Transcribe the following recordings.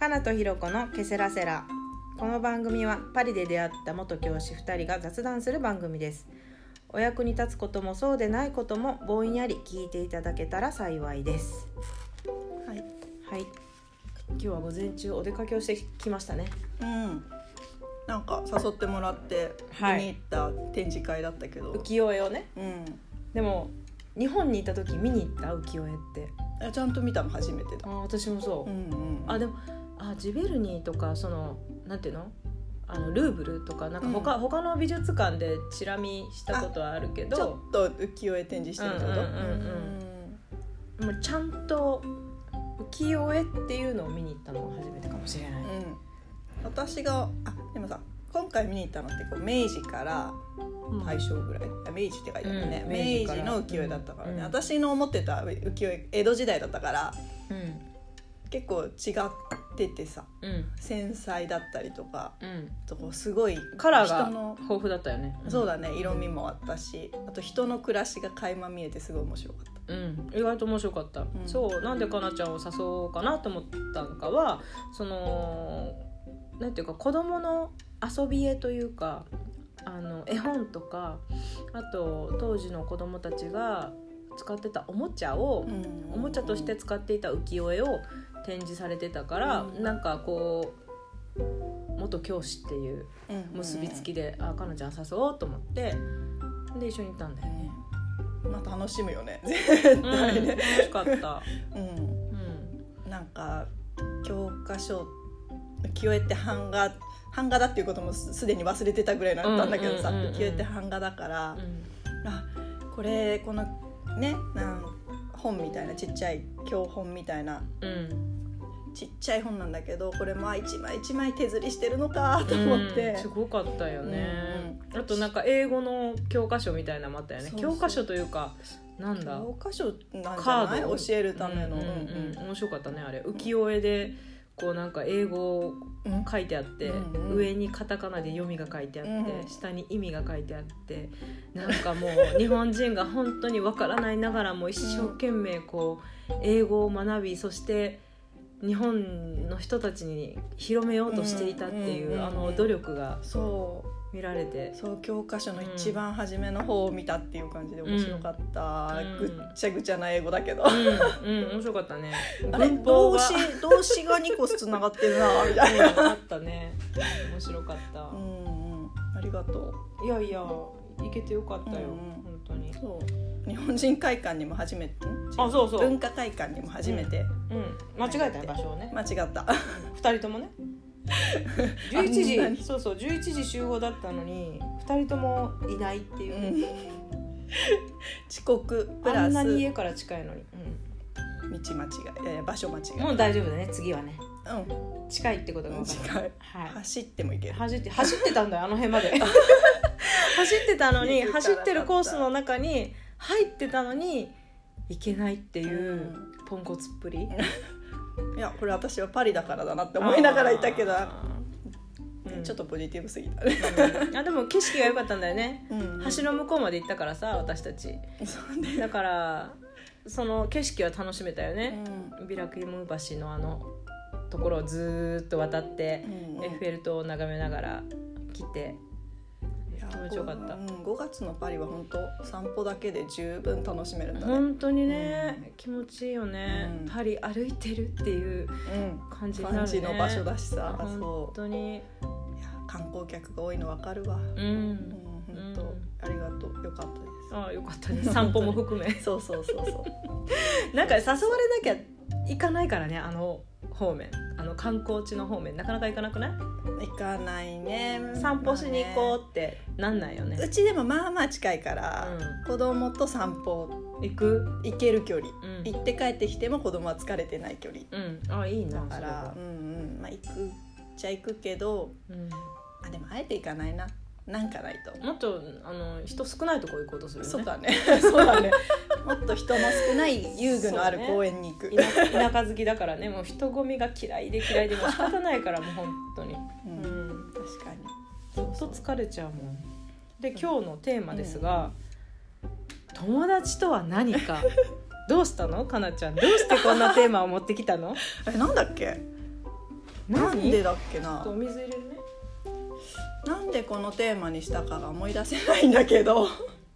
かなとひろこのケセラセラ。この番組はパリで出会った元教師2人が雑談する番組です。お役に立つこともそうでないこともぼんやり聞いていただけたら幸いです。 はい、 はい、今日は午前中お出かけをしてきましたね。 なんか誘ってもらって見に行った展示会だったけど、 浮世絵をね、でも日本にいた時見に行った浮世絵ってちゃんと見たの初めてだ。 私もそう、でもジベルニーとかそのなんていうのルーブルとかなんか他の美術館でチラ見したことはあるけど、 ちょっと浮世絵展示してるってこと。 もうちゃんと浮世絵っていうのを見に行ったのが初めてかもしれない。 私がでもさ、今回見に行ったのってこう明治から大正ぐらい、明治って書いてあるね、明治の浮世絵だったからね、私の思ってた浮世絵江戸時代だったから、結構違っててさ、繊細だったりとか、とこうすごいカラーが豊富だったよね。 そうだね、色味もあったし、あと人の暮らしが垣間見えてすごい面白かった。 意外と面白かった。そうなんでかなちゃんを誘おうかなと思ったのかは、そのなんていうか子供の遊び絵というか絵本とか、あと当時の子供たちが使ってたおもちゃを、おもちゃとして使っていた浮世絵を展示されてたから、なんかこう元教師っていう結びつきで、かなちゃん誘おうと思ってで一緒に行ったんだよね。 楽しむよね絶対ね、 楽しかったなんか教科書浮世絵って版画だっていうこともすでに忘れてたぐらいだったんだけどさ、浮世絵って版画だから、このね本みたいなちっちゃい教本みたいな、ちっちゃい本なんだけど、これ一枚一枚手刷りしてるのかと思って、 すごかったよね。あとなんか英語の教科書みたいなのもあったよね。教科書というかなんだ、 教科書なんじゃない？教えるための、 面白かったねあれ。浮世絵でこうなんか英語書いてあって、上にカタカナで読みが書いてあって、下に意味が書いてあって、なんかもう日本人が本当にわからないながらも一生懸命こう英語を学び、そして日本の人たちに広めようとしていたっていう努力が見られて、 そう教科書の一番初めの方を見たっていう感じで面白かった。ぐっちゃぐちゃな英語だけど面白かったね。 あれ動詞が2個つながってるなみたいなあったね。面白かった。 ありがとう。いやいや行けてよかったよ、本当に。 そう日本人会館にも初めて、 そう文化会館にも初めて、 間違えた場所をね。 間違った 2人ともね11時集合だったのに2人ともいないっていう、 遅刻プラスあんなに家から近いのに、 道間違い、場所間違い。 もう大丈夫だね、次はね。近いってことが分かる。 近い、走っても行ける。 走ってたんだよ、あの辺まで走ってたのに、走ってるコースの中に入ってたのに行けないっていうポンコツっぷり。 いやこれ私はパリだからだなって思いながらいたけど、ちょっとポジティブすぎたね。 でも景色が良かったんだよね。橋の向こうまで行ったからさ、私たち。だからその景色は楽しめたよね。ビラクリム橋のところをずっと渡って、エッフェル塔を眺めながら来て気持ちよかった。 5月のパリは本当散歩だけで十分楽しめるんだね。 本当にね、気持ちいいよね。パリ歩いてるっていう感じになるね。 感じの場所だしさ、 本当に。 いや観光客が多いの分かるわ。本当ありがとう、よかったです。 よかったです。散歩も含め。 そうなんか誘われなきゃ行かないからね、方面、観光地の方面なかなか行かなくない？ 行かないね。 散歩しに行こうってなんないよね。 うちでもまあ近いから、子供と散歩行ける距離、行って帰ってきても子供は疲れてない距離、 いいな。 だから行くっちゃ行くけど、でもあえて行かないな。なんかないと。 もっと人少ないとこ行こうとするよね。 そうだねもっと人の少ない遊具のある公園に行く、 田舎好きだからね。もう人混みが嫌いでも仕方ないからもう本当に、 確かにずっと疲れちゃうもん。で今日のテーマですが、友達とは何か。どうしたのかなちゃん、どうしてこんなテーマを持ってきたの？ なんだっけ？ なんでだっけな。 お水入れるね。 なんでこのテーマにしたかが思い出せないんだけど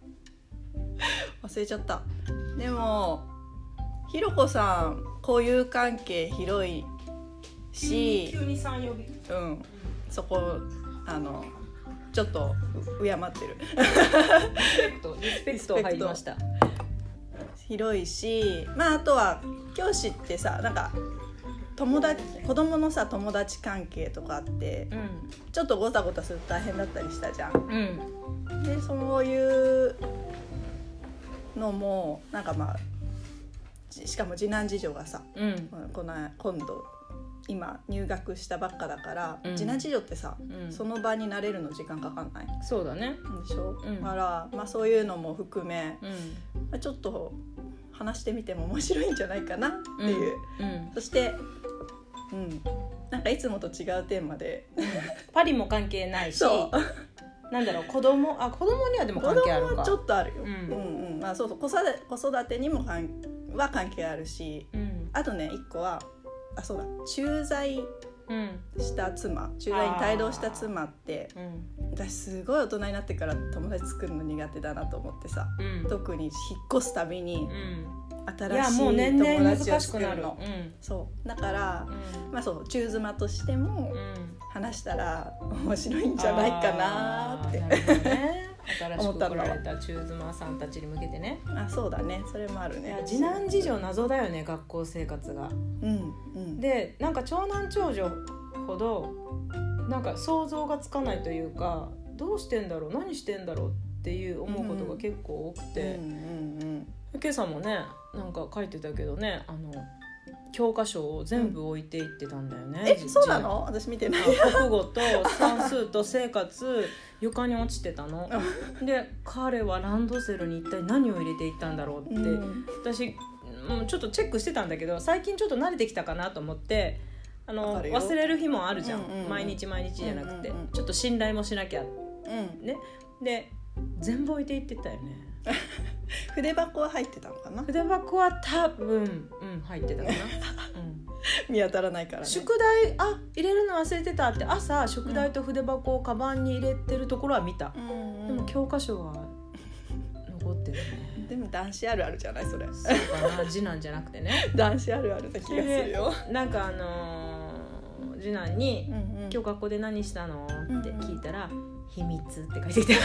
忘れちゃった。でもひろこさん交友関係広いし、 急に3呼び、 そこちょっと敬ってるリスペクト入りました。 広いし、あとは教師ってさ、なんか子供のさ友達関係とかあって、ちょっとごたごたすると大変だったりしたじゃん、でそういうのもなんかしかも次男次女がさ、今度今入学したばっかだから、次男次女ってさ、その場に慣れるの時間かかんない？ そうだね。 でしょ、だから、そういうのも含め、ちょっと話してみても面白いんじゃないかなっていう、そして、なんかいつもと違うテーマでパリも関係ないし、なんだろう、子供にはでも関係あるか。 子供はちょっとあるよ、そうそう子育てにもは関係あるし、あとね1個はそうだ、駐在した妻、駐在に帯同した妻って、私すごい大人になってから友達作るの苦手だなと思ってさ、特に引っ越すたびに新しい友達を作るの。そうだから、そう中妻としても話したら面白いんじゃないかなってなるほどね。新しく来られた中妻さんたちに向けてね。 そうだね、それもあるね。 次男次女謎だよね、学校生活が。でなんか長男長女ほどなんか想像がつかないというか、どうしてんだろう、何してんだろうっていう思うことが結構多くて、今朝もねなんか書いてたけどね、教科書を全部置いていってたんだよね。 そうなの？私見てない。 国語と算数と生活床に落ちてたので、彼はランドセルに一体何を入れていったんだろうって、私ちょっとチェックしてたんだけど、最近ちょっと慣れてきたかなと思って忘れる日もあるじゃん、毎日じゃなくて、ちょっと信頼もしなきゃ、ね、で全部置いていってたよね。 筆箱は入ってたのかな？ 筆箱は多分、入ってたかな、 見当たらないからね。 宿題入れるの忘れてたって朝宿題と筆箱をカバンに入れてるところは見た、でも教科書は残ってるね。 でも男子あるあるじゃないそれ。 そうかな、次男じゃなくてね男子あるあるな気がするよ。 なんか次男に、今日学校で何したのって聞いたら、秘密って書いてきた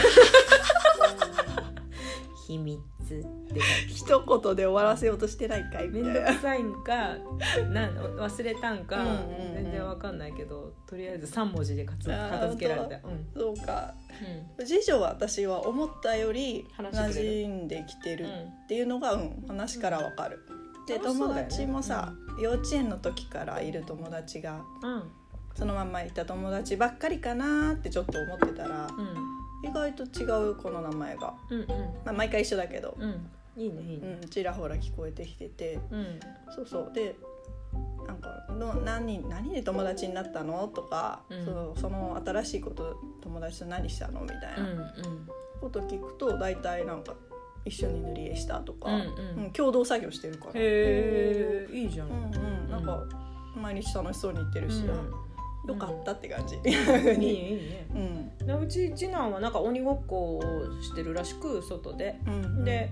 秘密って書いて一言で終わらせようとしてないかいみたいな。 めんどくさいんか忘れたんか、全然わかんないけど、とりあえず3文字で片付けられた。 そうか、次女は私は思ったより馴染んできてるっていうのが、話からわかる。で友達もさ、幼稚園の時からいる友達が、そのまんまいた友達ばっかりかなってちょっと思ってたら、意外と違う子の名前が、毎回一緒だけど、 いいねいいね、 ちらほら聞こえてきてて、そうでなんか何で友達になったのとか、その新しいこと友達と何したのみたいなこと聞くと、大体なんか一緒に塗り絵したとか、共同作業してるから、 へえいいじゃん、 なんか毎日楽しそうに言ってるし、よかったって感じ。 いいね。うち次男はなんか鬼ごっこをしてるらしく、外で、で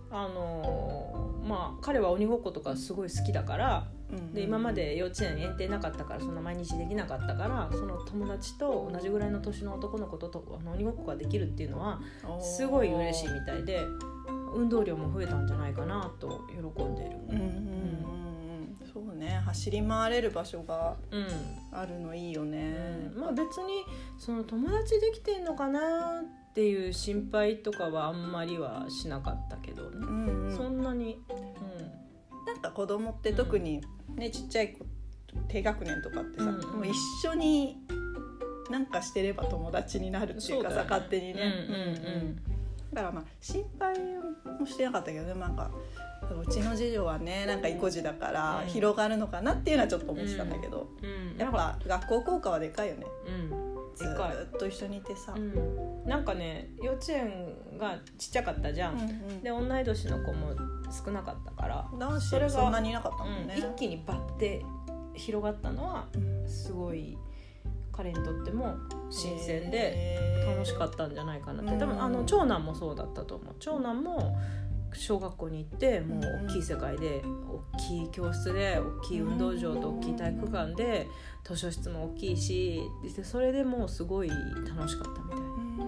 彼は鬼ごっことかすごい好きだから、で今まで幼稚園園庭なかったから、そんな毎日できなかったから、その友達と同じぐらいの年の男の子と鬼ごっこができるっていうのはすごい嬉しいみたいで、運動量も増えたんじゃないかなと喜んでいる。 そうね、走り回れる場所があるのいいよね。 別にその友達できてんのかなっていう心配とかはあんまりはしなかったけどね、そんなに、 なんか子供って特にね、ちっちゃい子低学年とかってさ、もう一緒になんかしてれば友達になるっていうかさ、勝手にね、だから心配もしてなかったけどね、なんかうちの次女はね、なんか意固地だから広がるのかなっていうのはちょっと思ってたんだけど、やっぱ学校効果はでかいよね、ずっと一緒にいてさ、 なんかね、幼稚園がちっちゃかったじゃん、で同い年の子も少なかったから、 男子そんなにいなかったもんね、 一気にバッて広がったのはすごい彼にとっても新鮮で楽しかったんじゃないかなって。多分長男もそうだったと思う。長男も小学校に行ってもう大きい世界で大きい教室で大きい運動場と大きい体育館で図書室も大きいし、それでもうすごい楽しかったみたい。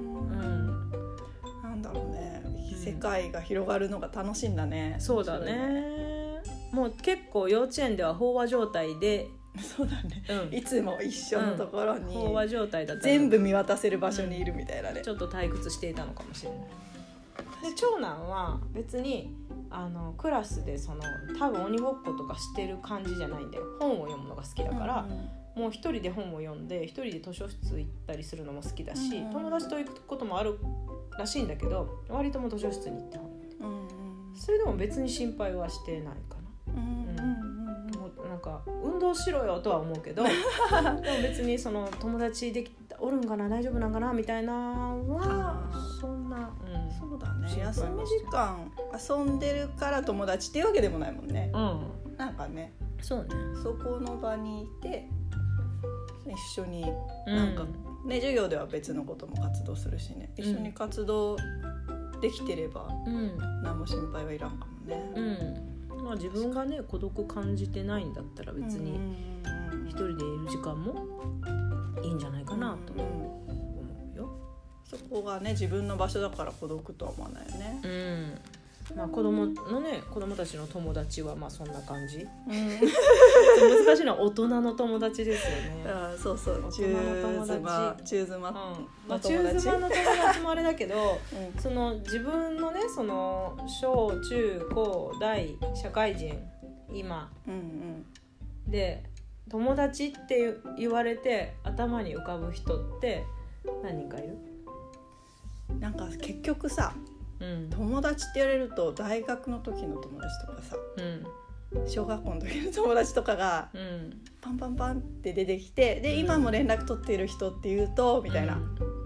なんだろうね、世界が広がるのが楽しいんだね。 そうだね。もう結構幼稚園では飽和状態でそうだね、いつも一緒のところに飽和状態だった全部見渡せる場所にいるみたいなね、 ちょっと退屈していたのかもしれない。で長男は別にクラスで多分鬼ごっことかしてる感じじゃないんだよ。本を読むのが好きだから、もう一人で本を読んで一人で図書室行ったりするのも好きだし、友達と行くこともあるらしいんだけど、割とも図書室に行って本読んで、それでも別に心配はしてないかな。もうなんか運動しろよとは思うけどでも別に友達できたおるんかな大丈夫なんかなみたいなはそんな、 そうだね、休み時間遊んでるから友達っていうわけでもないもんね、なんかね、 そうね、 そこの場にいて一緒になんか、授業では別のことも活動するしね、一緒に活動できてれば、何も心配はいらんかもね、 まあ、自分がね孤独感じてないんだったら別に一人でいる時間もいいんじゃないかなと思うよ。 そこがね自分の場所だから孤独とは思わないよね。 まあ、子供たちの友達はまあそんな感じ、難しいのは大人の友達ですよね。 そうそう、中妻の友達もあれだけど、自分のね小中高大社会人今、で友達って言われて頭に浮かぶ人って何人かいる？ なんか結局さ、友達って言われると大学の時の友達とかさ、小学校の時の友達とかがパンパンパンって出てきて、で今も連絡取っている人っていうとみたいな、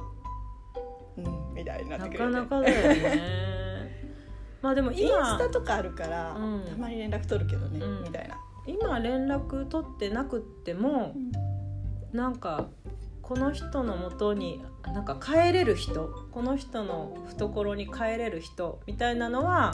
みたいになってくる、 なかなかだよねまあでも今インスタとかあるから、たまに連絡取るけどね、みたいな。 今連絡取ってなくっても、なんかこの人の元になんか帰れる人、この人の懐に帰れる人みたいなのは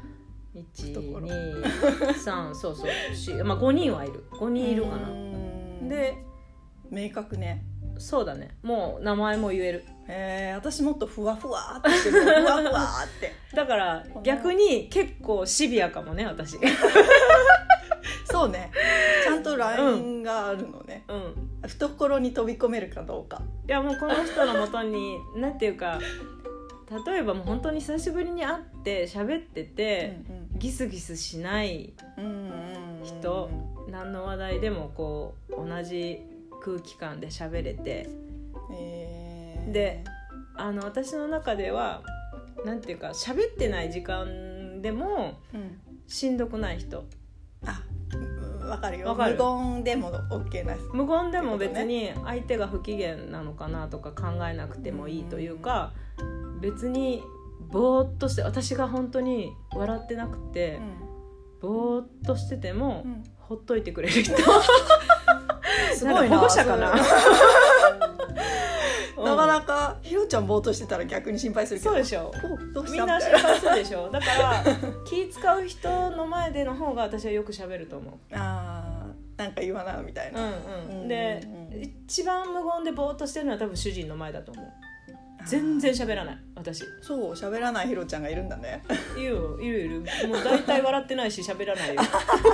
1,2,3 そうそう4、まあ、5人はいる。5人いるかな。で明確ね。 そうだね、もう名前も言える。 私もっとふわふわってしてるふわふわってだから逆に結構シビアかもね私そうね、ちゃんと LINE があるのね、懐に飛び込めるかどうか。 いやもうこの人の元になんていうか、例えばもう本当に久しぶりに会って喋ってて、ギスギスしない人、何の話題でもこう同じ空気感で喋れて、で私の中ではなんていうか喋ってない時間でもしんどくない人。 わかるよ。無言でも OK な、 無言でも別に相手が不機嫌なのかなとか考えなくてもいいというか、別にぼーっとして、私が本当に笑ってなくて、ぼーっとしてても、ほっといてくれる人すごいな、 保護者かななかなかひろちゃんぼーっとしてたら逆に心配するけど。 そうでしょ、 どうしたみんな心配するでしょ。だから気使う人の前での方が私はよく喋ると思う。 なんか言わなみたいな、 で、一番無言でぼーっとしてるのは多分主人の前だと思う。全然喋らない私。 そう、喋らないひろちゃんがいるんだね。 いるもう大体笑ってないし喋らないよ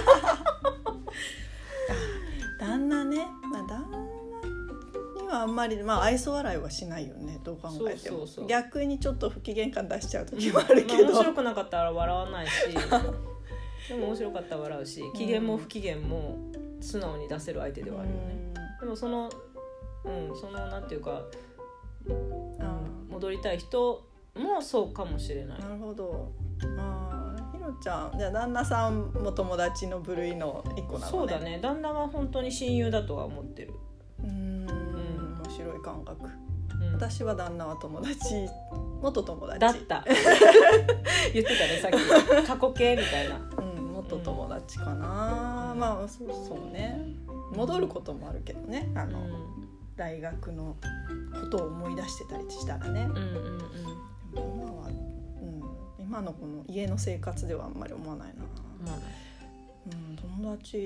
旦那ね、旦那にはあんまり、愛想笑いはしないよね、どう考えても。そう逆にちょっと不機嫌感出しちゃう時もあるけど、 面白くなかったら笑わないしでも面白かったら笑うし、機嫌も不機嫌も素直に出せる相手ではあるよね。でもそのなんていうか、戻りたい人もそうかもしれない。 なるほど。ひろちゃん、じゃあ旦那さんも友達の部類の一個なのね。 そうだね、旦那は本当に親友だとは思ってる。 面白い感覚。私は旦那は友達、元友達だった言ってたねさっき過去形みたいな。 元友達達かな、まあそうね、戻ることもあるけどね、大学のことを思い出してたりしたらね、今のこの家の生活ではあんまり思わないな、友達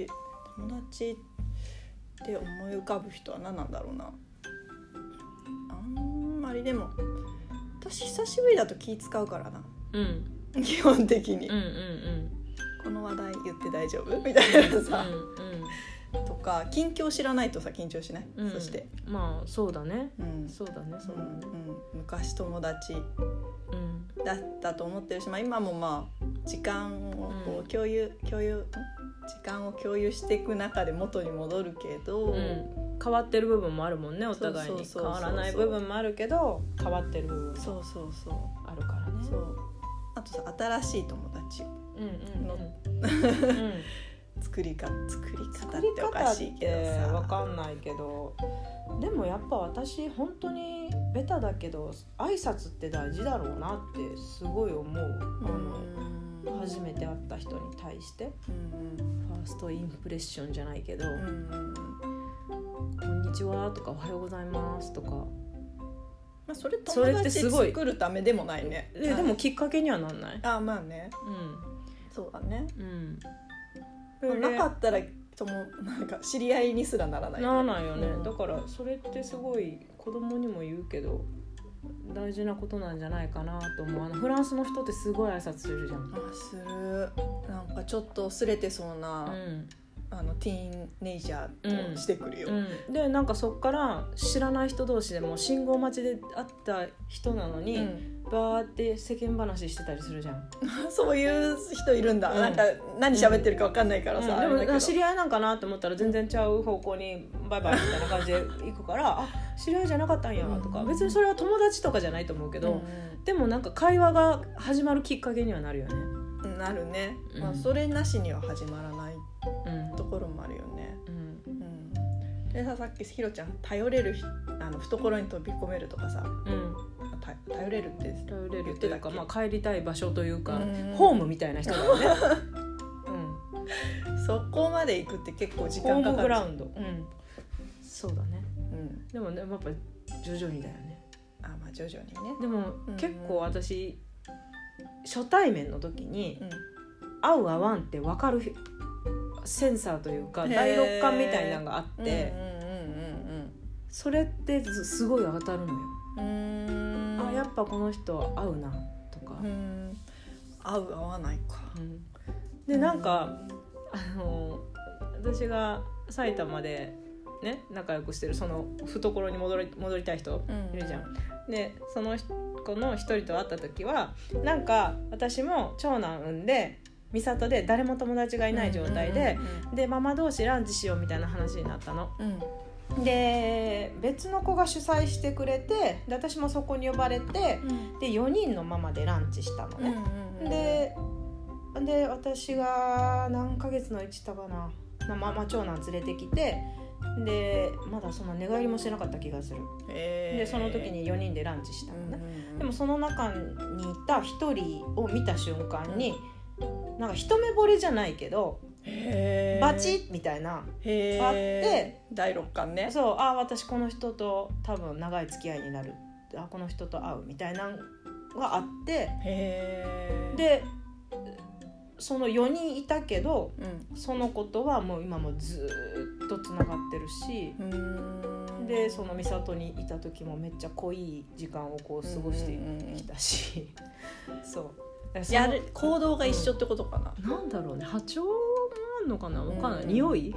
って思い浮かぶ人は何なんだろうな。あんまりでも私久しぶりだと気使うからな、基本的に、この話題言って大丈夫みたいなさ、とか近況知らないとさ緊張しない、そしてまあそうだね、そうだね、 昔友達だったと思ってるし、今もまあ時間をこう共有していく中で元に戻るけど、 変わってる部分もあるもんね、お互いに変わらない部分もあるけど変わってる部分もあるからね。 あとさ、新しい友達の作り方っておかしいけどさ、 分かんないけど、でもやっぱ私本当にベタだけど挨拶って大事だろうなってすごい思う。初めて会った人に対して、ファーストインプレッションじゃないけど、こんにちはとかおはようございますとか、 それ友達作るためでもないね。 でもきっかけにはなんない？ まあね、そうだね、なかったらなんか知り合いにすらならないよね、だからそれってすごい子供にも言うけど大事なことなんじゃないかなと思う。フランスの人ってすごい挨拶するじゃん。 する。なんかちょっとすれてそうな、ティーンネイジャーとしてくるよ、 でなんかそっから知らない人同士でも信号待ちで会った人なのに、バーって世間話してたりするじゃんそういう人いるんだ、なんか何喋ってるか分かんないからさ、 でも知り合いなんかなと思ったら全然ちゃう方向にバイバイみたいな感じで行くからあ、知り合いじゃなかったんやとか、別にそれは友達とかじゃないと思うけど、でもなんか会話が始まるきっかけにはなるよね。 なるね、それなしには始まらないところもあるよね、でさっきひろちゃん頼れる懐に飛び込めるとかさ、頼れるって言ってたっけ、 帰りたい場所というか、ホームみたいな人だよねそこまで行くって結構時間かかる。 ホームグラウンド、そうだね、でもねやっぱ徐々にだよね。 徐々にね。 でも、結構私初対面の時に、合う合わんって分かるセンサーというか第六感みたいなのがあって、それってすごい当たるのよ。やっぱこの人合うなとか、 合う合わないか、 でなんか私が埼玉でね仲良くしてるその懐に戻りたい人いるじゃん、でその子の一人と会った時はなんか私も長男産んで美里で誰も友達がいない状態で、でママ同士ランチしようみたいな話になったの、で別の子が主催してくれて、で私もそこに呼ばれて、で4人のママでランチしたのね、で私が何ヶ月のうちたかな、長男連れてきて、でまだそんな寝返りもしてなかった気がする、でその時に4人でランチしたのね、でもその中にいた1人を見た瞬間になんか一目惚れじゃないけどバチッみたいなあって第六感ね。 そう、私この人と多分長い付き合いになる、この人と会うみたいなのがあって、でその4人いたけど、その子とはもう今もずっとつながってるし、でその美里にいた時もめっちゃ濃い時間をこう過ごしてきたし、そう行動が一緒ってことかな、 なんだろうね、波長もあんのかな、分かんない、匂い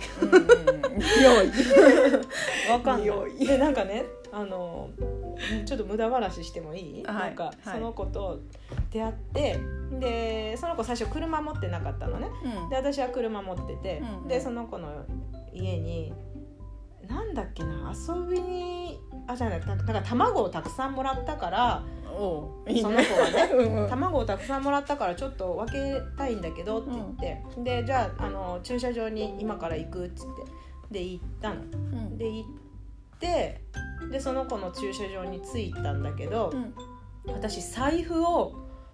分かんないで、なんかねちょっと無駄話してもいい？なんかその子と出会って、でその子最初車持ってなかったのね、で私は車持ってて、でその子の家になんだっけな、遊びにじゃない、なんか卵をたくさんもらったから、その子がね卵をたくさんもらったからちょっと分けたいんだけどって言って、でじゃあ駐車場に今から行くっつってで行ったの、で行ってでその子の駐車場に着いたんだけど、私財布を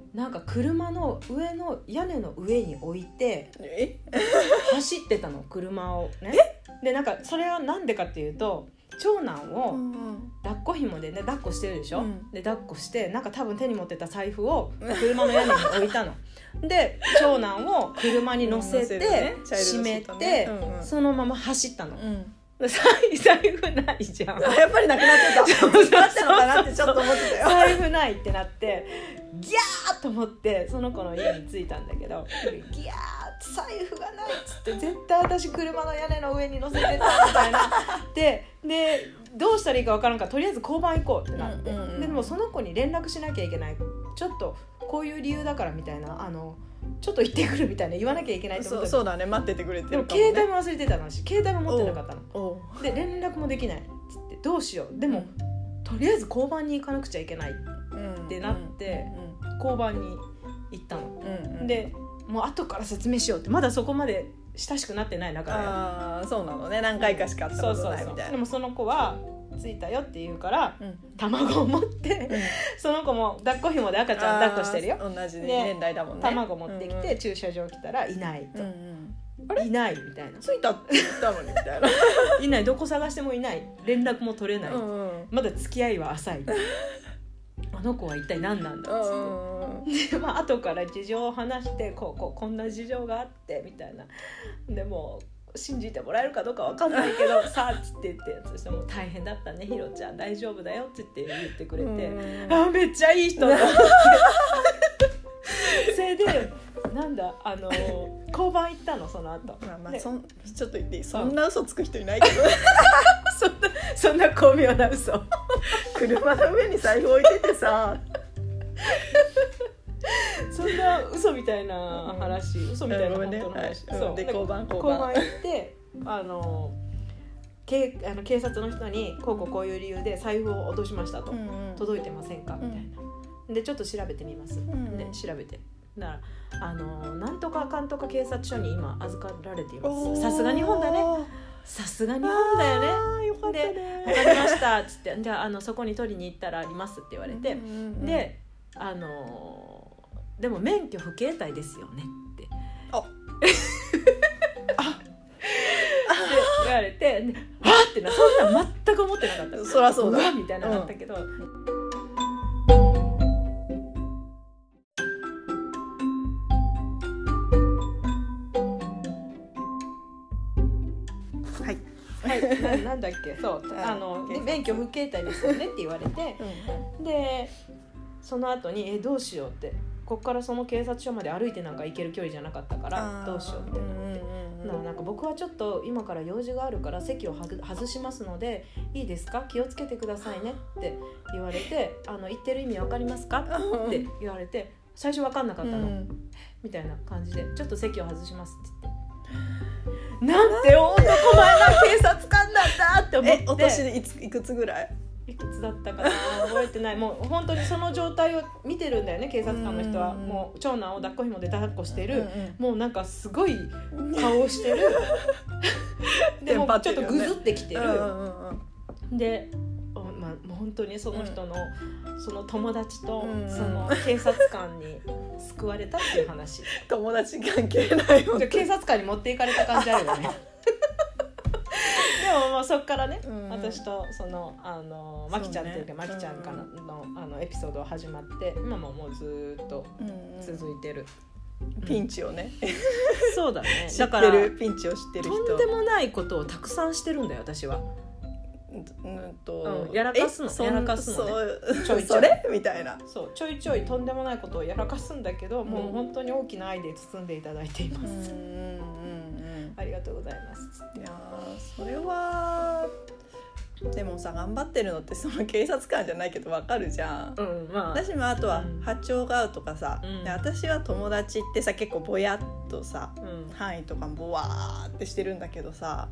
なんか車の上の屋根の上に置いて走ってたの車をね。でなんかそれはなんでかっていうと長男を抱っこ紐でね抱っこしてるでしょ、で抱っこしてなんか多分手に持ってた財布を車の屋根に置いたので長男を車に乗せて閉めてそのまま走ったの、財布ないじゃん。 やっぱりなくなってた。なったのかなってちょっと思ってたよ。 財布ないってなってギャーと思ってその子の家に着いたんだけどギャー財布がないっつって絶対私車の屋根の上に乗せてたみたいなでどうしたらいいか分からんからとりあえず交番行こうってなって、でもその子に連絡しなきゃいけない、ちょっとこういう理由だからみたいなちょっと行ってくるみたいな言わなきゃいけないと思って。 そうだね、待っててくれてるかもね。 でも携帯も忘れてたのし携帯も持ってなかったので連絡もできないっつってどうしよう、でも、とりあえず交番に行かなくちゃいけないってなって、交番に行ったの、でもう後から説明しようってまだそこまで親しくなってない中で、 ああそうなのね、何回かしか会ったことないみたいな。 でもその子は着いたよって言うから、卵を持って、その子も抱っこ紐で赤ちゃん抱っこしてるよ、 同じ年代だもんね。 卵持ってきて、駐車場来たらいないと、いないみたいな、 着いたって言ったのにみたいないない、どこ探してもいない、連絡も取れない、まだ付き合いは浅いあの子は一体何なんだっつってで、後から事情を話してこんな事情があってみたいな、でも信じてもらえるかどうか分かんないけどさあっつって言って、そしてもう大変だったねひろちゃん大丈夫だよって言ってくれて、めっちゃいい人だってそれでなんだ交番行ったのその後、 ちょっと言っていい、そんな嘘つく人いないけどそんな巧妙な嘘車の上に財布置いててさそんな嘘みたいな話、嘘みたいな本当の話、そうで交番行って警察の人にこういう理由で財布を落としましたと、届いてませんかみたいな、でちょっと調べてみます、で調べてだからなんとかかんとか警察署に今預かられています。さすが日本だね、さすが日本だよね。 よかったね。 で分かりましたっつってじゃあそこに取りに行ったらありますって言われて、ででも免許不携帯ですよねって言われて、あってな、そんな全く思ってなかった。 そりゃそうだみたいなのあったけど、なんだっけ、そう免許不携帯ですよねって言われて、でその後にどうしようって、ここからその警察署まで歩いてなんか行ける距離じゃなかったからどうしようってなって、なんか僕はちょっと今から用事があるから席を外しますのでいいですか、気をつけてくださいねって言われて、言ってる意味わかりますかって言われて、最初わかんなかったの、みたいな感じでちょっと席を外しますって言って、なんて男前な警察官なんだって思って。 お年でいくつぐらい？ いくつだったかな覚えてない。もう本当にその状態を見てるんだよね、警察官の人は。もう長男を抱っこ紐で抱っこしてる、もうなんかすごい顔をしてるでもちょっとぐずってきてる、でもう本当にその人の、その友達とその警察官に救われたっていう話。 友達関係ないよね。 警察官に持っていかれた感じあるよねでももうそっからね、私とそのマキちゃんっていうか、マキちゃんからのエピソードが始まって、今ももうずっと続いてる、 ピンチをねそうだね、 だからピンチを知ってる人、 とんでもないことをたくさんしてるんだよ私は。やらかすのね、ちょいちょいそれみたいな、 そうちょいちょいとんでもないことをやらかすんだけど、もう本当に大きな愛で包んでいただいています。ありがとうございます。 いやそれはでもさ、頑張ってるのってその警察官じゃないけどわかるじゃん、私もあとは波長が合うとかさ、私は友達ってさ結構ぼやっとさ、範囲とかもぼわーってしてるんだけどさ、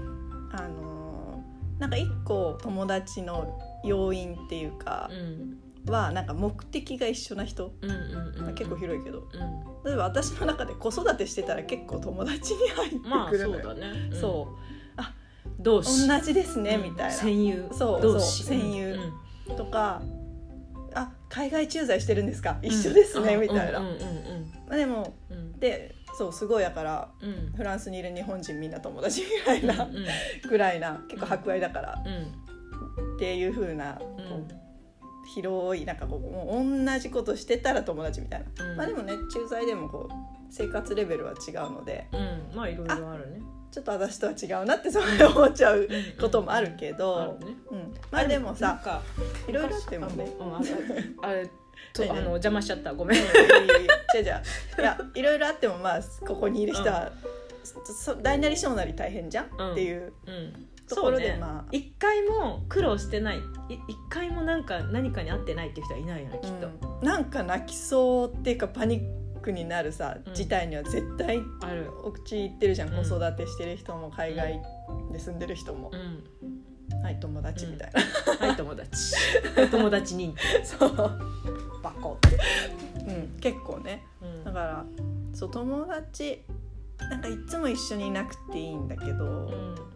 なんか一個友達の要因っていうか、はなんか目的が一緒な人、結構広いけど、例えば私の中で子育てしてたら結構友達に入ってくるのよ。 そうだね、 そう同志同じですね、みたいな、 戦友、 そう戦友、とか、 海外駐在してるんですか、一緒ですね、みたいな、でも、ですごいだから、フランスにいる日本人みんな友達みたいな、ぐらいな結構博愛だから、っていう風な、広いなんかこうもう同じことしてたら友達みたいな、でもね駐在でもこう生活レベルは違うので、 まあいろいろあるね。ちょっと私とは違うなってそう思っちゃうこともあるけど、まあでもさいろいろあってもね、 あれ邪魔しちゃった、ごめん。いやいろいろあってもまあここにいる人は大なり小なり大変じゃんっていうところで、まあ一回も苦労してない、一回も何かに会ってないっていう人はいないよね、きっと。 なんか泣きそうっていうかパニックになるさ、事態には絶対お口いってるじゃん、子育てしてる人も海外で住んでる人も、はい友達みたいな、 はい友達認定そうバコって、結構ね、だからそう友達なんかいつも一緒にいなくていいんだけど、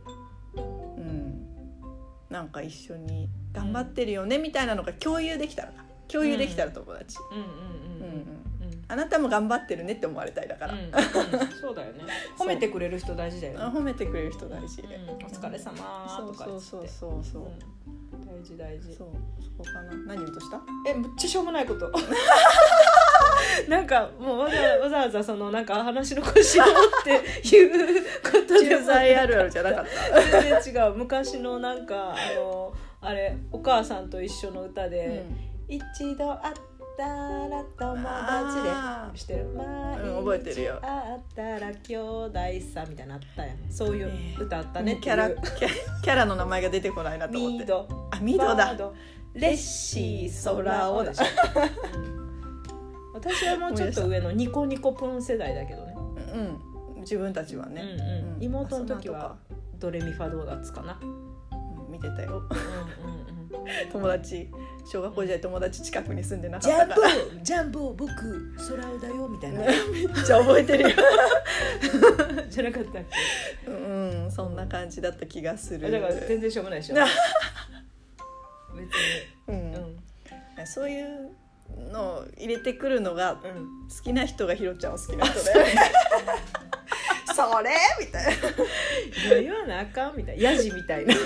なんか一緒に頑張ってるよねみたいなのが共有できたら友達、あなたも頑張ってるねって思われたいだから、 そうだよね。褒めてくれる人大事だよね。 褒めてくれる人大事、 お疲れ様とか言って、 そう大事。 そうかな。何言うとした？ めっちゃしょうもないこと。なんかもうわざわざそのなんか話の腰をっていうことで駐在あるあるじゃなかった。 全然違う。昔のなんかあれお母さんと一緒の歌で、一度会ったら友達でしてる、 覚えてるよ。 会ったら兄弟さみたいなのあったやん。そういう歌あったね。 キャラの名前が出てこないなと思って。ミドだ。 レッシー空をでしょ。私はもうちょっと上のニコニコプン世代だけどね。 自分たちはね。 妹の時はドレミファドーナツかな。 見てたよ。友達小学校時代友達近くに住んでなかったからジャンボ僕空だよみたいな、めっちゃ覚えてるよじゃなかったっけ。そんな感じだった気がする。 だから全然しょうもないでしょ別に、 そういうのを入れてくるのが、好きな人がひろちゃんを好きな人だよねそれみたいな言わなあかんみたいな、ヤジみたいな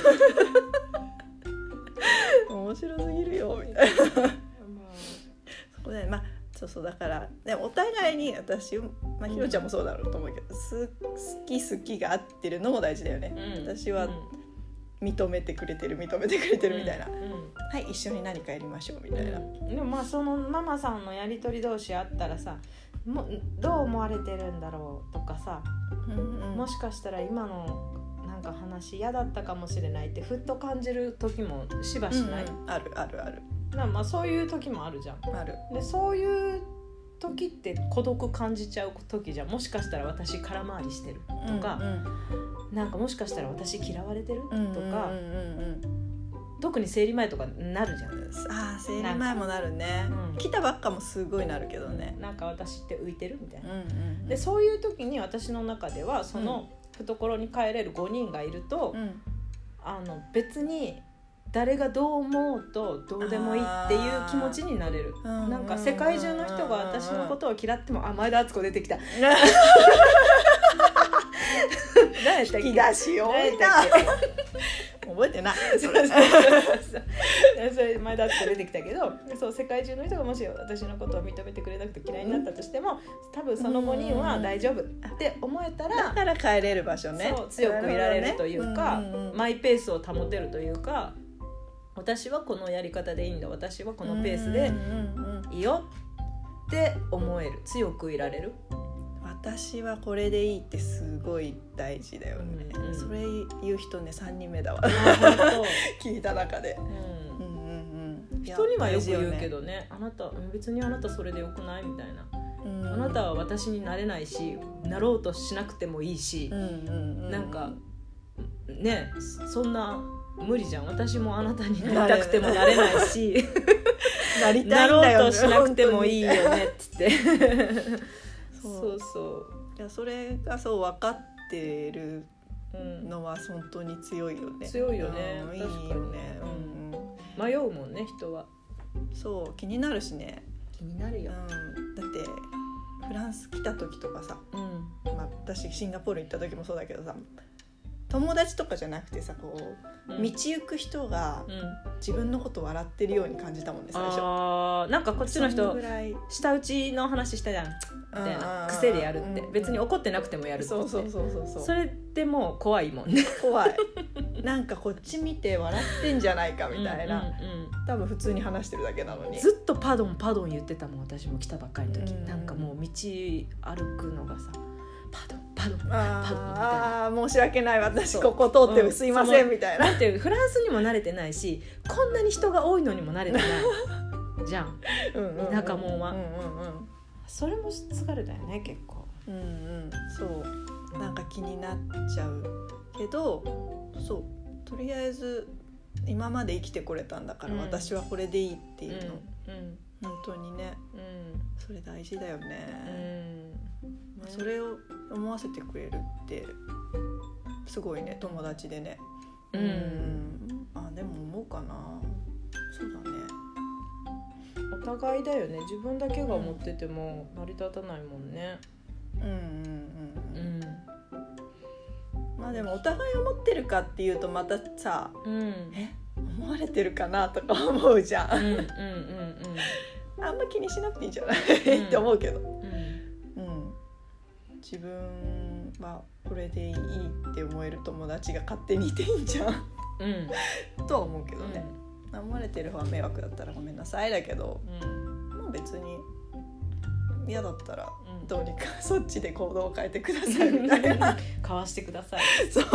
面白すぎるよみたいなそこでそうだからでもお互いに私、ひろちゃんもそうだろうと思うけど、好きが合ってるのも大事だよね、私は認めてくれてるみたいな、はい一緒に何かやりましょうみたいな、 でもそのママさんのやり取り同士あったらさ、どう思われてるんだろうとかさ、もしかしたら今のなんか話嫌だったかもしれないってふっと感じる時もしばしない、 あるそういう時もあるじゃん。 ある。 でそういう時って孤独感じちゃう時じゃん。もしかしたら私空回りしてるとか、なんかもしかしたら私嫌われてるとか、特に生理前とかなるじゃん。 生理前もなるね、来たばっかもすごいなるけどね、 なんか私って浮いてるみたいな、でそういう時に私の中ではその懐に帰れる5人がいると、別に誰がどう思うとどうでもいいっていう気持ちになれる。なんか世界中の人が私のことを嫌っても、前田敦子出てきた引き出しよ覚えてないそれ前田敦子出てきたけど、そう世界中の人がもし私のことを認めてくれなくて嫌いになったとしても、多分その5人は大丈夫って思えたら、 だから帰れる場所ね。 そう強くいられるというか、マイペースを保てるというか、私はこのやり方でいいんだ、私はこのペースでいいよって思える、強くいられる。 私はこれでいいってすごい大事だよね、それ言う人ね3人目だわ聞いた中で、 人にはよく言うけどね、あなた別にあなたそれでよくないみたいな、あなたは私になれないしなろうとしなくてもいいし、なんかねそんな無理じゃん、私もあなたになりたくてもなれないしなりたいんだよ、 なろうとしなくてもいいよねってそういやそれがそう分かってるのは本当に強いよね。 強いよね、 いいよね、 迷うもんね人は。 そう気になるしね。 気になるよ、 だってフランス来た時とかさ、私シンガポール行った時もそうだけどさ、友達とかじゃなくてさこう、道行く人が自分のこと笑ってるように感じたもんね最初。 なんかこっちの人舌打ちの話したじゃんみたいな、癖でやるって、別に怒ってなくてもやるって、 そうそれでもう怖いもんね。 怖いなんかこっち見て笑ってんじゃないかみたいな、多分普通に話してるだけなのに。 ずっとパドン言ってたもん私も来たばっかりの時、なんかもう道歩くのがさパドンみたいな、 申し訳ない私ここ通ってすいませんみたいな。 だってフランスにも慣れてないし、こんなに人が多いのにも慣れてないじゃん田舎もんは、それも疲れたよね結構。 そうなんか気になっちゃうけど、そうとりあえず今まで生きてこれたんだから、私はこれでいいっていうの、本当にね、それ大事だよね。それを思わせてくれるってすごいね、友達でね。でも思うかな。そうだね、 お互いだよね。自分だけが思ってても成り立たないもんね。 まあでもお互い思ってるかっていうとまたさ、思われてるかなとか思うじゃん。あんま気にしなくていいんじゃないって思うけど、自分はこれでいいって思える友達が勝手にいていいんじゃんとは思うけどね。思われてる方は迷惑だったらごめんなさいだけど、もう別に嫌だったらどうにかそっちで行動を変えてくださいみたいなかわしてください。 そう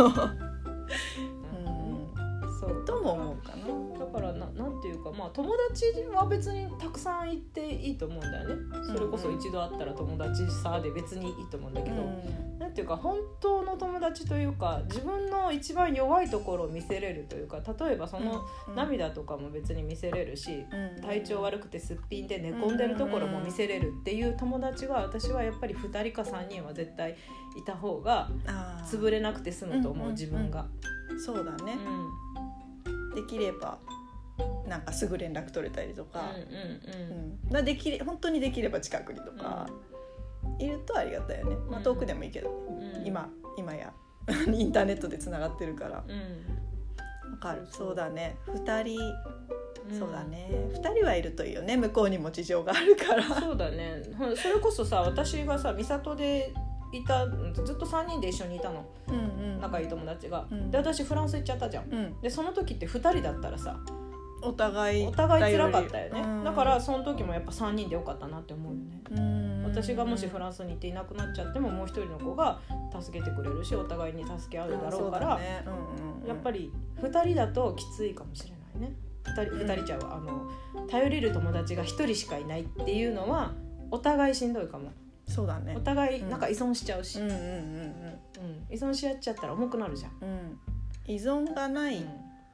とも思うかな。 だからなんていうか、まあ友達は別にたくさん行っていいと思うんだよね。それこそ一度会ったら友達さで別にいいと思うんだけど、なんていうか本当の友達というか、自分の一番弱いところを見せれるというか、例えばその涙とかも別に見せれるし、体調悪くてすっぴんで寝込んでるところも見せれるっていう友達は、私はやっぱり2人か3人は絶対いた方が潰れなくて済むと思う、自分が。 そうだね、できればなんかすぐ連絡取れたりとか、本当にできれば近くにとか、いるとありがたいよね。まあ、遠くでもいいけど、今やインターネットでつながってるから、わかる。そうだね、2人、そうだね、2人はいるといいよね。向こうにも事情があるから。 そうだね。それこそさ、私がさ、三郷でいたずっと3人で一緒にいたの、仲いい友達が、で私フランス行っちゃったじゃん、でその時って2人だったらさお互い辛かったよね、だからその時もやっぱ3人でよかったなって思うよね。私がもしフランスに行っていなくなっちゃっても、もう一人の子が助けてくれるし、お互いに助け合うだろうから、やっぱり2人だときついかもしれないね。2人ちゃうわ、頼れる友達が1人しかいないっていうのはお互いしんどいかも。 そうだね、 お互いなんか依存しちゃうし、依存し合っちゃったら重くなるじゃん、依存がない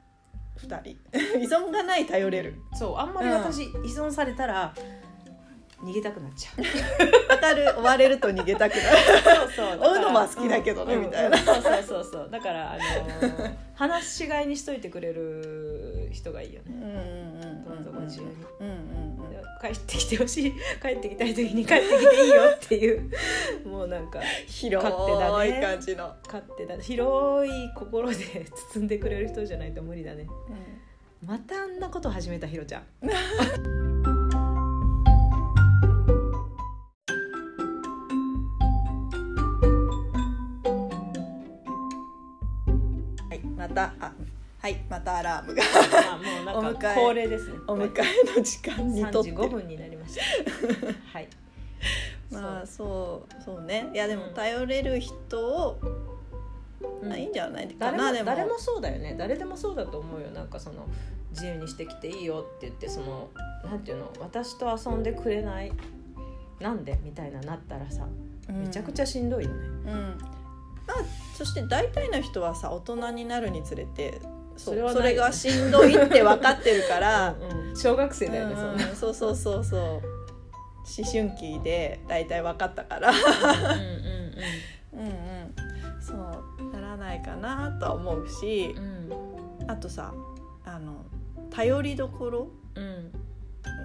2人依存がない頼れる。 そう、あんまり私、依存されたら逃げたくなっちゃう。 わかる、追われると逃げたくなる。そう追うのも好きだけどね、みたいな。 そうだから話しがいにしといてくれる人がいいよね。どうぞご自由に、帰ってきてほしい、帰ってきたい時に帰ってきていいよっていうもうなんか広い感じの勝手だ、広い心で包んでくれる人じゃないと無理だね、またあんなこと始めたひろちゃんまたアラームがもうなんか恒例ですね。 お迎えの時間にとって 3時5分になりましたはい。 まあそうね。いやでも頼れる人を、いいんじゃないかな。 誰もそうだよね。誰でもそうだと思うよ。なんかその自由にしてきていいよって言って、そのなんていうの、私と遊んでくれない、なんでみたいななったらさ、めちゃくちゃしんどいよね。 そして大体の人はさ、大人になるにつれてそれがしんどいって分かってるから小学生だよね、 そう思春期で大体分かったからそうならないかなとは思うし、あとさ、頼りどころ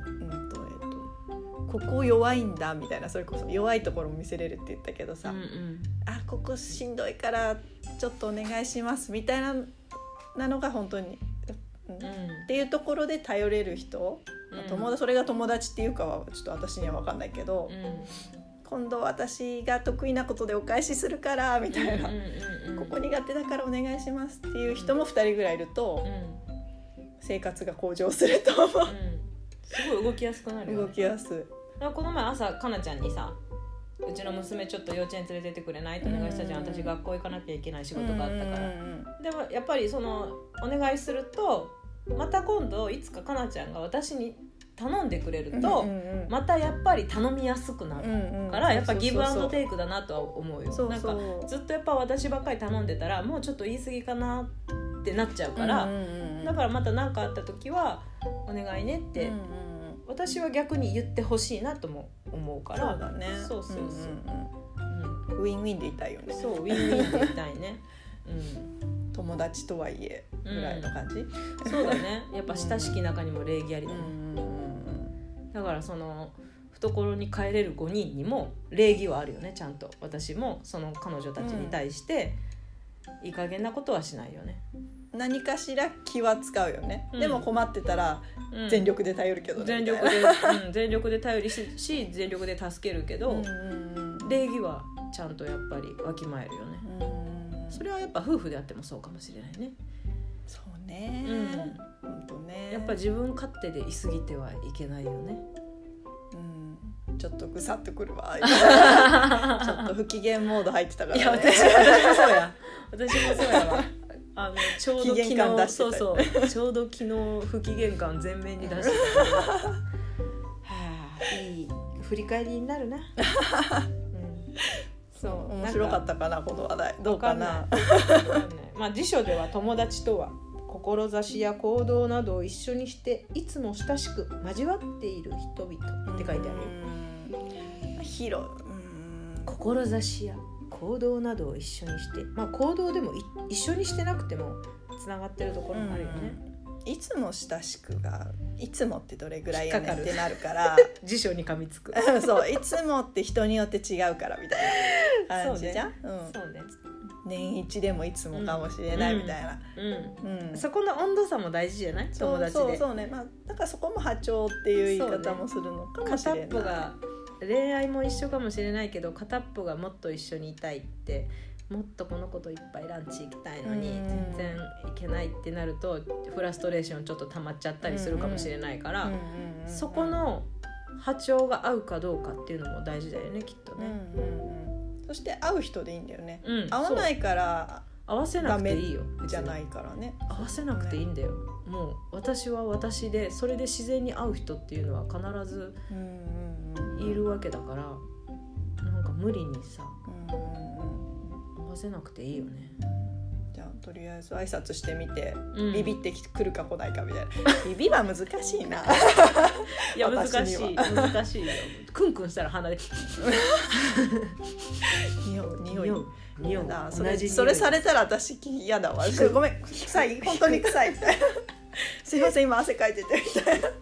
ここ弱いんだみたいな、それこそ弱いところも見せれるって言ったけどさ、あここしんどいからちょっとお願いしますみたいなのが本当に、っていうところで頼れる人、それが友達っていうかはちょっと私には分かんないけど、今度私が得意なことでお返しするからみたいな、ここ苦手だからお願いしますっていう人も2人ぐらいいると、生活が向上すると思う、 すごい動きやすくなるよね。 動きやすい。 この前朝かなちゃんにさ、うちの娘ちょっと幼稚園連れてってくれないってお願いしたじゃん、私学校行かなきゃいけない仕事があったから、でもやっぱりそのお願いするとまた今度いつかかなちゃんが私に頼んでくれると、またやっぱり頼みやすくなるから、やっぱギブアンドテイクだなとは思うよ。なんかずっとやっぱ私ばっかり頼んでたらもうちょっと言い過ぎかなってなっちゃうから、だからまた何かあった時はお願いねって、私は逆に言ってほしいなとも思うから。 そうだね。 そうそうそう、 ウィンウィンでいたいよね。 そうウィンウィンでいたいね、 友達とはいえぐらいの感じ、 そうだね。やっぱ親しき中にも礼儀ありだね、だからその懐に帰れる5人にも礼儀はあるよね、ちゃんと。私もその彼女たちに対していい加減なことはしないよね。 何かしら気は使うよね、でも困ってたら全力で頼るけどね、 全力で頼りし全力で助けるけど、礼儀はちゃんとやっぱりわきまえるよね。それはやっぱ夫婦であってもそうかもしれないね。 そうね、本当ね。 やっぱ自分勝手でいすぎてはいけないよね。 ちょっとぐさっとくるわちょっと不機嫌モード入ってたからね。 いや私もそうやわ。ちょうど昨日ちょうど昨日不機嫌感全面に出してたはあ、いい振り返りになるな、 そう面白かったかなこの話題。どうかな。 まあ辞書では友達とは志や行動などを一緒にしていつも親しく交わっている人々って書いてあるよ。 広志や行動などを一緒にして、まあ行動でも一緒にしてなくてもつながってるところもあるよね。 いつも親しくがいつもってどれぐらいやねんってなるから辞書に噛みつくそういつもって人によって違うからみたいな感じじゃん。 そうね、 年一でもいつもかもしれないみたいな、 そこの温度差も大事じゃない？友達で。 そうね、まあだからそこも波長っていう言い方もするのかもしれない。 片っぽが恋愛も一緒かもしれないけど片っぽがもっと一緒にいたいって、もっとこの子といっぱいランチ行きたいのに全然行けないってなるとフラストレーションちょっと溜まっちゃったりするかもしれないから、そこの波長が合うかどうかっていうのも大事だよね、きっとね。 そして合う人でいいんだよね、合わないから合わせなくていいよじゃないからね。 合わせなくていいんだよ。もう私は私でそれで自然に合う人っていうのは必ずいるわけだから、なんか無理にさ合わせなくていいよね。 じゃあとりあえず挨拶してみて、ビビってくるか来ないかみたいな。ビビは難しいな。 いや難しいよ。クンクンしたら鼻で匂うだ。それされたら私嫌だわ。ごめん臭い、本当に臭いみたいな。すいません今汗かいててみたいな。なる。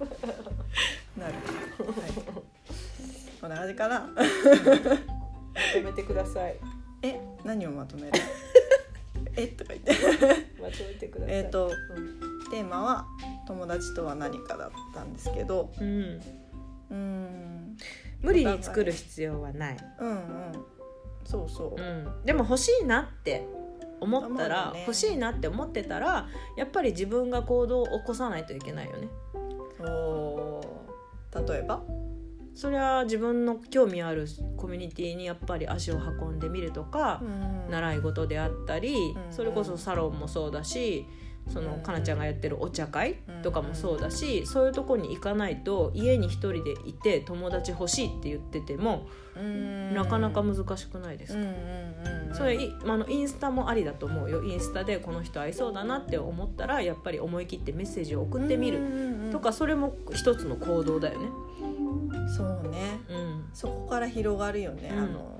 こんな感じかな。 まとめてください。 何をまとめる？とか言ってまとめてください。 テーマは友達とは何かだったんですけど、 無理に作る必要はない。 そうそう、 でも欲しいなって思ったら、欲しいなって思ってたらやっぱり自分が行動を起こさないといけないよね。 例えばそれは自分の興味あるコミュニティにやっぱり足を運んでみるとか、習い事であったり、それこそサロンもそうだし、そのかなちゃんがやってるお茶会とかもそうだし、そういうとこに行かないと家に一人でいて友達欲しいって言っててもなかなか難しくないですか？それインスタもありだと思うよ。インスタでこの人合いそうだなって思ったらやっぱり思い切ってメッセージを送ってみるとか、それも一つの行動だよね。 そうね、そこから広がるよね。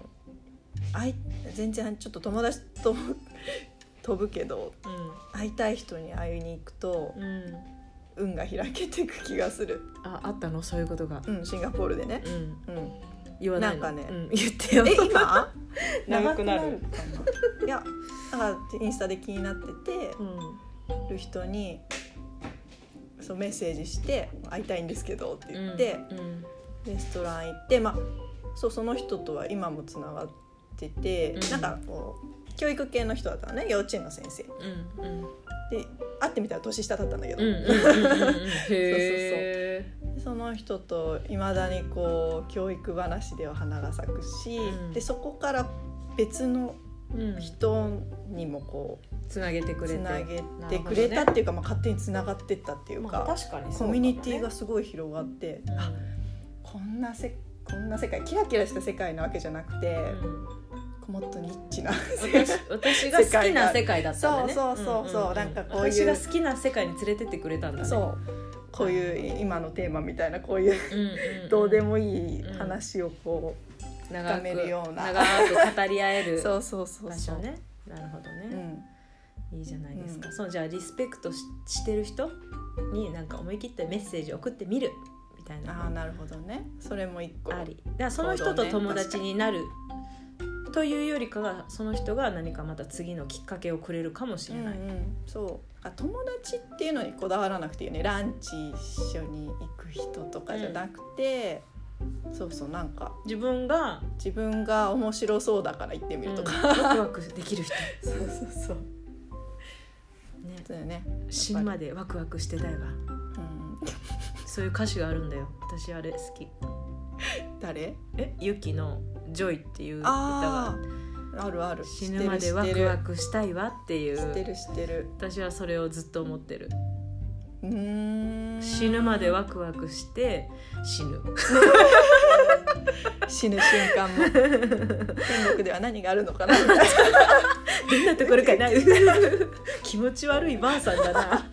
全然ちょっと友達と飛ぶけど、会いたい人に会いに行くと、 運が開けていく気がする。 あったのそういうことが。 シンガポールでね。 言わないの。 なんかね、 言ってよ。 今長くなるかな。いやだからインスタで気になってて、る人にそうメッセージして会いたいんですけどって言って、レストラン行って、その人とは今もつながってて、なんかこう教育系の人だったのね、幼稚園の先生、で会ってみたら年下だったんだけど、その人といまだにこう教育話では花が咲くし、でそこから別の人にもこうつなげてくれたっていうか、勝手につながってったっていうか、 確かにコミュニティがすごい広がって、こんな世界、キラキラした世界なわけじゃなくて、もっとニッチな私が好きな世界だったんだね。 そうなんかこういう私が好きな世界に連れてってくれたんだね。 そうこういう今のテーマみたいなこういうどうでもいい話をこう深めるような長く語り合える場所ね。なるほどね、いいじゃないですか。そうじゃあリスペクトしてる人になんか思い切ってメッセージ送ってみるみたいな。 なるほどね。それも一個あり。だからその人と友達になるというよりかは、その人が何かまた次のきっかけをくれるかもしれない。 そう友達っていうのにこだわらなくていいよね。ランチ一緒に行く人とかじゃなくて、そうなんか自分が面白そうだから行ってみるとか、 ワクワクできる人そうね、 死ぬまでワクワクしてたいわ、そういう歌詞があるんだよ。私あれ好き。 誰？ ユキのジョイっていう歌がある。 死ぬまでワクワクしたいわっていう。 知ってる。 私はそれをずっと思ってる。死ぬまでワクワクして死ぬ死ぬ瞬間も天国では何があるのかなみたいなどんなところかな気持ち悪いばあさんだな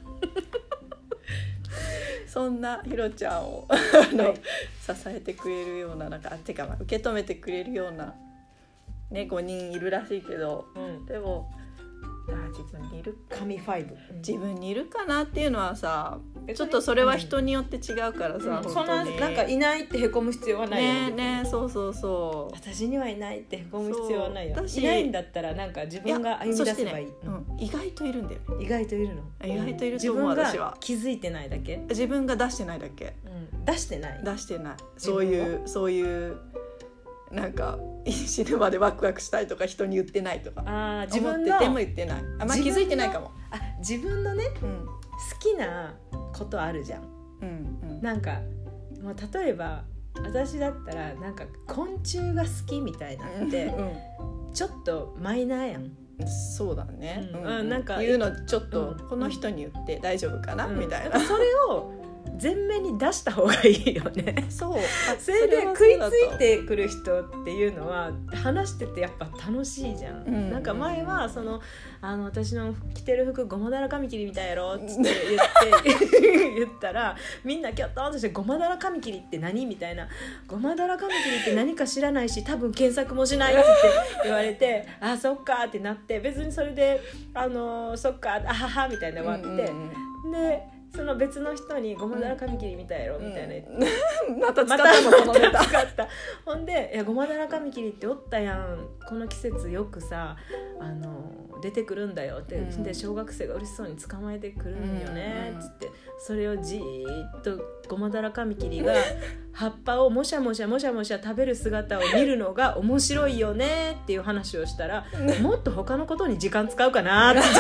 そんなひろちゃんを支えてくれるような、なんかてか受け止めてくれるような、ね、5人いるらしいけど、でも自分にいる神5、 自分にいるかなっていうのはさ、ちょっとそれは人によって違うからさ、 そんななんかいないってへこむ必要はないよね。そう私にはいないってへこむ必要はないよ。いないんだったらなんか自分が歩み出せばいい。 意外といるんだよね。 意外といるの。 意外といると思う。私は気づいてないだけ。 自分が出してないだけ。 出してない。 そういうなんか死ぬまでワクワクしたいとか人に言ってないとか自分思ってても言ってない。気づいてないかも。 自分のね、好きなことあるじゃん。なんかもう例えば私だったらなんか昆虫が好きみたいなってちょっとマイナーやん。 そうだね。 なんか言うのちょっとこの人に言って大丈夫かなみたいな。 それを前面に出した方がいいよね。 そう。 それで食いついてくる人っていうのは話しててやっぱ楽しいじゃん。なんか前はその私の着てる服ごまだら髪切りみたいやろっつって言ったらみんなキョッとしてごまだら髪切りって何みたいな、ごまだら髪切りって何か知らないし多分検索もしないって言われてそっかってなって、別にそれでそっかあははみたいな終わって、でその別の人にごまだら髪切りみたいやろみたいな言って、 また使ったのこのネタ使ったほんでごまだら髪切りっておったやん、この季節よくさ出てくるんだよって、で小学生が嬉しそうに捕まえてくるんよねっつって、それをじーっとごまだら髪切りが葉っぱをもしゃもしゃ食べる姿を見るのが面白いよねっていう話をしたらもっと他のことに時間使うかなって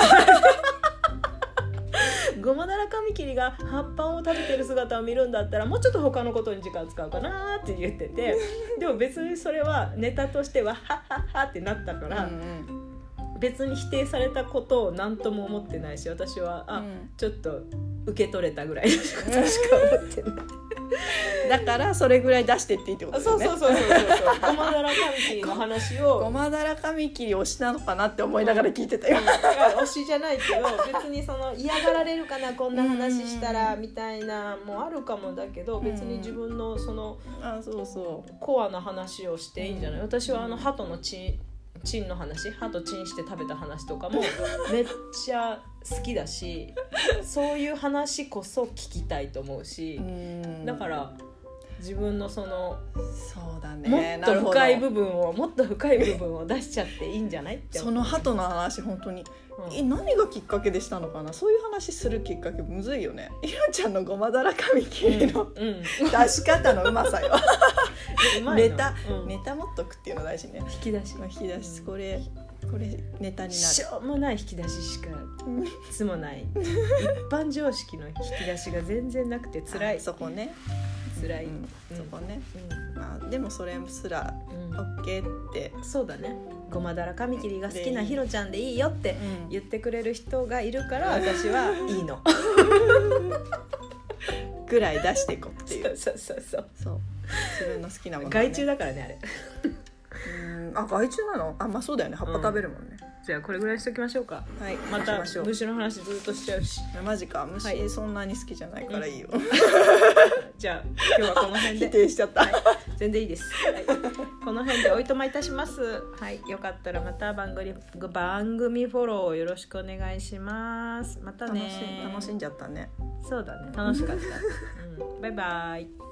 ごまだら髪切りが葉っぱを食べてる姿を見るんだったらもうちょっと他のことに時間使うかなって言ってて、でも別にそれはネタとしてはハッハッハってなったから、別に否定されたことを何とも思ってないし、私はちょっと受け取れたぐらいしか思ってないだからそれぐらい出してっていいってことですね。 そうごまだら髪切りの話をごまだら髪切り推しなのかなって思いながら聞いてたよ。 推しじゃないけど別にその嫌がられるかなこんな話したらみたいなもあるかもだけど、別に自分のそのコアな話をしていいんじゃない。私は鳩の血チンの話、歯とチンして食べた話とかもめっちゃ好きだしそういう話こそ聞きたいと思うし、だから自分のそのそうだね、 もっと深い部分を出しちゃっていいんじゃないって思う。 その鳩の話本当に、何がきっかけでしたのかな。そういう話するきっかけむずいよね。ひろちゃんのごまだら髪切りの、出し方のうまさよネタ持っとくっていうの大事ね。 引き出し、 これネタになる。 しょうもない引き出ししかつもない一般常識の引き出しが全然なくて辛い。 そこね辛い、 そこね、まあ、でもそれすら OK って、 そうだね。ごまだら髪切りが好きなひろちゃんでいいよって言ってくれる人がいるから私はいいのぐらい出していこうっていう。 そう自分の好きなもの、ね、 害虫だからねあれ害虫なの。まあそうだよね、葉っぱ食べるもんね。 じゃあこれぐらいにしときましょうか。 はい、 また虫の話ずっとしちゃうし。 マジか、虫そんなに好きじゃないからいいよ、 じゃあ今日はこの辺で否定しちゃった、 全然いいです、この辺でおいとまいたします。よかったらまた番組フォローをよろしくお願いします。またね。 楽しんじゃったね。 そうだね、楽しかった、バイバイ。